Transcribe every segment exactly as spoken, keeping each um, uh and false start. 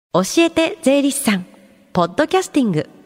教えて税理士さんポッドキャスティング。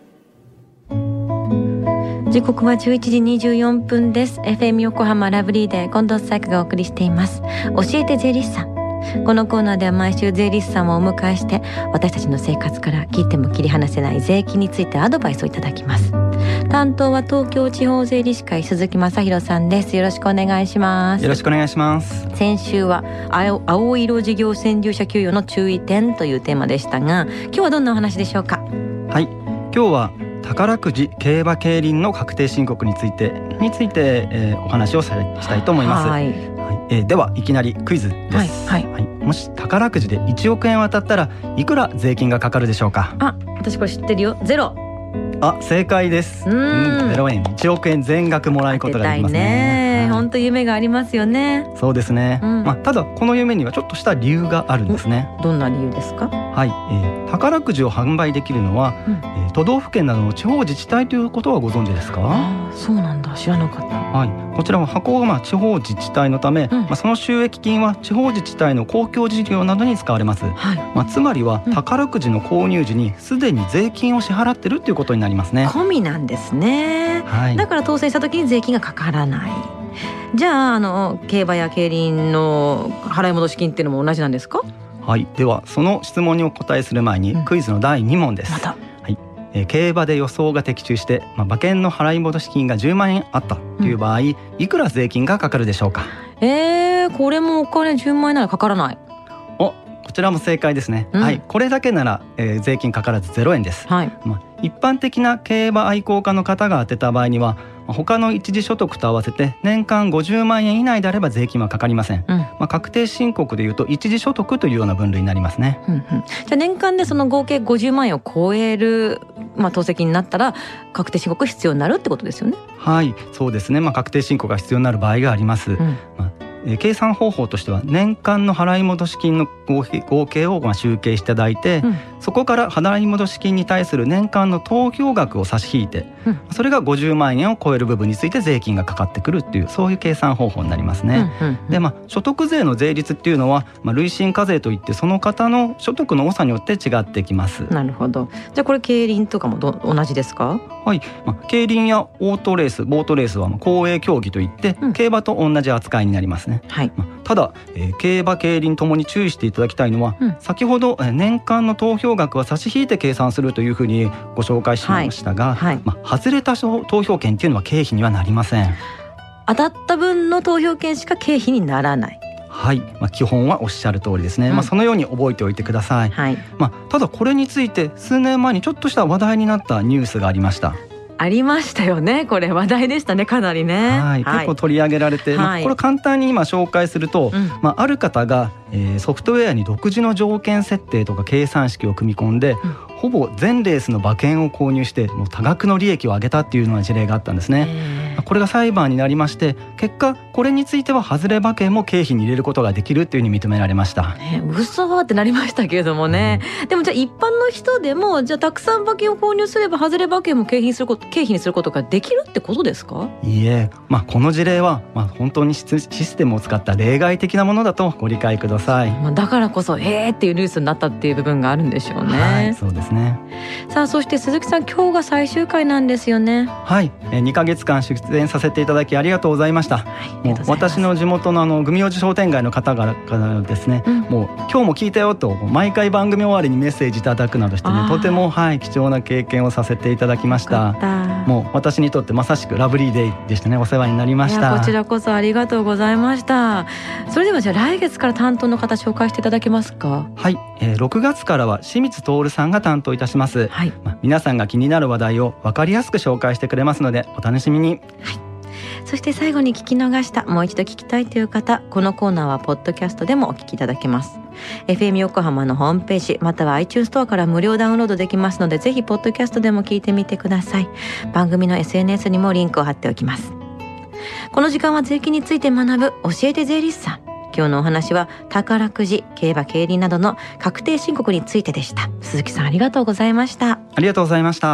時刻はじゅういちじにじゅうよんぷんです。 エフエム 横浜ラブリーで近藤紗友香がお送りしています。教えて税理士さん。このコーナーでは毎週税理士さんをお迎えして、私たちの生活から聞いても切り離せない税金についてアドバイスをいただきます。担当は東京地方税理士会鈴木正弘さんです。よろしくお願いします。 よろしくお願いします。 先週は青、青色事業専従者給与の注意点というテーマでしたが、今日はどんなお話でしょうか？ はい、今日は宝くじ競馬競輪の確定申告についてについて、えー、お話をしたいと思います。はい、はい、えー、ではいきなりクイズです。はいはいはい、もし宝くじでいちおくえん当たったらいくら税金がかかるでしょうか？ あ、私これ知ってるよ。ゼロ。 あ、正解です。うん、ゼロえん、いちおくえん全額もらえることができますね。 本当、はい、夢がありますよね。 そうですね、うん、まあ、ただこの夢にはちょっとした理由があるんですね。 どんな理由ですか？ はい、えー、宝くじを販売できるのは、うん、えー、都道府県などの地方自治体ということはご存知ですか？ あ、そうなんだ、知らなかった。 はい、こちらは箱がまあ地方自治体のため、うん、まあ、その収益金は地方自治体の公共事業などに使われます。はい、まあ、つまりは宝くじの購入時にすでに税金を支払ってるっていうことになりますね。 込みなんですね。はい、だから当選した時に税金がかからない。じゃあ、あの競馬や競輪の払い戻し金っていうのも同じなんですか？ はい、ではその質問にお答えする前に、うん、クイズのだいに問です。また、はい、えー、競馬で予想が的中して、まあ、馬券の払い戻し金がじゅうまんえんあったという場合、うん、いくら税金がかかるでしょうか？ えー、これもお金じゅうまんえんならかからない。 お、こちらも正解ですね。うん、はい、これだけなら、えー、税金かからずゼロえんです。はい、まあ、一般的な競馬愛好家の方が当てた場合には、他の一時所得と合わせて年間ごじゅうまんえん以内であれば税金はかかりません。うん、まあ、確定申告でいうと一時所得というような分類になりますね。うんうん、じゃあ年間でその合計ごじゅうまんえんを超える、まあ、当席になったら確定申告必要になるってことですよね。はい、そうですね。まあ、確定申告が必要になる場合があります。うん、まあ、えー、計算方法としては年間の払い戻し金の合計、合計をまあ集計していただいて、うん、そこから払い戻し金に対する年間の投票額を差し引いて、うん、それがごじゅうまんえんを超える部分について税金がかかってくるっていう、そういう計算方法になりますね。うんうんうん、で、まあ、所得税の税率っていうのは、まあ、累進課税といってその方の所得の多さによって違ってきます。 なるほど。じゃあこれ競輪とかもど同じですか？ はい、まあ、競輪やオートレース、ボートレースは公営競技といって、うん、競馬と同じ扱いになりますね。はい、まあ、ただ、えー、競馬競輪ともに注意していただきたいのは、うん、先ほど、えー、年間の投票額は差し引いて計算するというふうにご紹介しましたが、はいはい、まあ、外れた投票権っていうのは経費にはなりません。 当たった分の投票権しか経費にならない。 はい、まあ、基本はおっしゃる通りですね。うん、まあ、そのように覚えておいてください。はい、まあ、ただこれについて数年前にちょっとした話題になったニュースがありました。 ありましたよね。これ話題でしたね、かなりね。 はい、結構取り上げられて、はい、まあ、これ簡単に今紹介すると、うん、まあ、ある方が、えー、ソフトウェアに独自の条件設定とか計算式を組み込んで、うん、ほぼ全レースの馬券を購入してもう多額の利益を上げたっていうような事例があったんですね。これが裁判になりまして、結果これについては外れ馬券も経費に入れることができるっていうふうに認められました。 ね、嘘ってなりましたけれどもね。うん、でもじゃあ一般の人でもじゃあたくさん馬券を購入すれば外れ馬券も経費にすること経費にすることができるってことですか？ いいえ、まあ、この事例は、まあ、本当にシステムを使った例外的なものだとご理解ください。 まあ、だからこそえーっていうニュースになったっていう部分があるんでしょうね。 はい、そうですね。 さあ、そして鈴木さん、今日が最終回なんですよね。 はい、えー、にかげつかん出演させていただきありがとうございました。はい、もう私の地元のあの組王子商店街の方からですね、うん、もう今日も聞いたよと毎回番組終わりにメッセージいただくなどしてね、とても、はい、貴重な経験をさせていただきました。もう私にとってまさしくラブリーデイでしたね。お世話になりました。 いや、こちらこそありがとうございました。それではじゃあ来月から担当の方紹介していただけますか？ はい、えー、ろくがつからは清水徹さんが担当いたします。はい、まあ、皆さんが気になる話題を分かりやすく紹介してくれますのでお楽しみに。はい、 そして最後に聞き逃した、もう一度聞きたいという方、このコーナーはポッドキャストでもお聞きいただけます。 エフエム 横浜のホームページまたは iTunes ストアから無料ダウンロードできますので、ぜひポッドキャストでも聞いてみてください。番組の エスエヌエス にもリンクを貼っておきます。この時間は税金について学ぶ教えて税理士さん。今日のお話は宝くじ、競馬、競輪などの確定申告についてでした。鈴木さん、ありがとうございました。 ありがとうございました。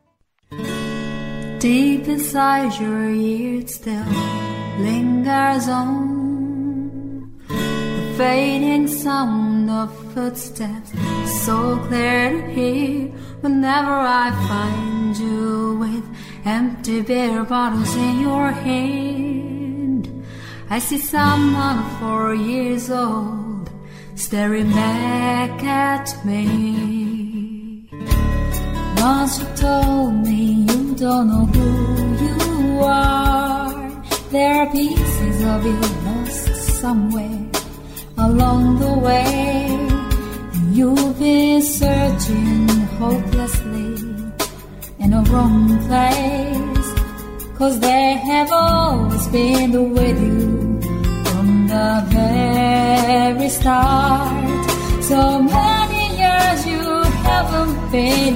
Deep inside your ears still lingers on the fading sound of footsteps, so clear to hear whenever I find you with empty beer bottles in your hand. I see someone four years old staring back at me. Once you told me you don't know who you are, there are pieces of you lost somewhere along the way, and you've been searching hopelessly in a wrong place, 'cause they have always been with you from the very start. So many years you haven't been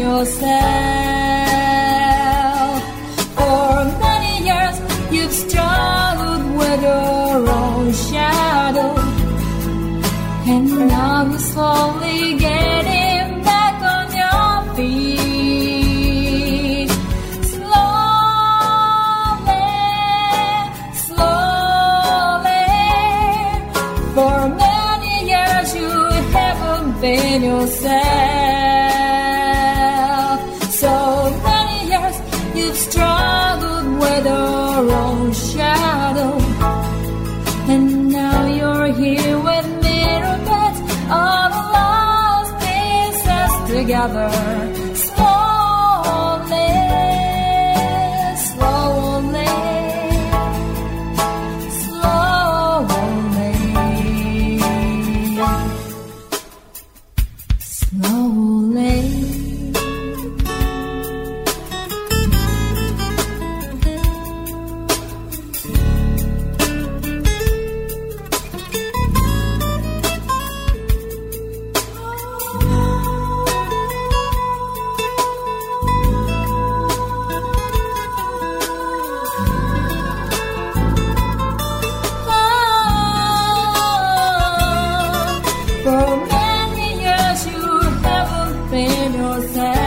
yourself. For many years you've struggled with your own shadow, and now you're slowly getting back on your feet. Slowly, slowly. For many years you haven't been yourself. So many years you've struggled with your own shadow, and now you're here with me, all the lost pieces together. Slowly, slowly, slowly, slowly. For many years you haven't been yourself.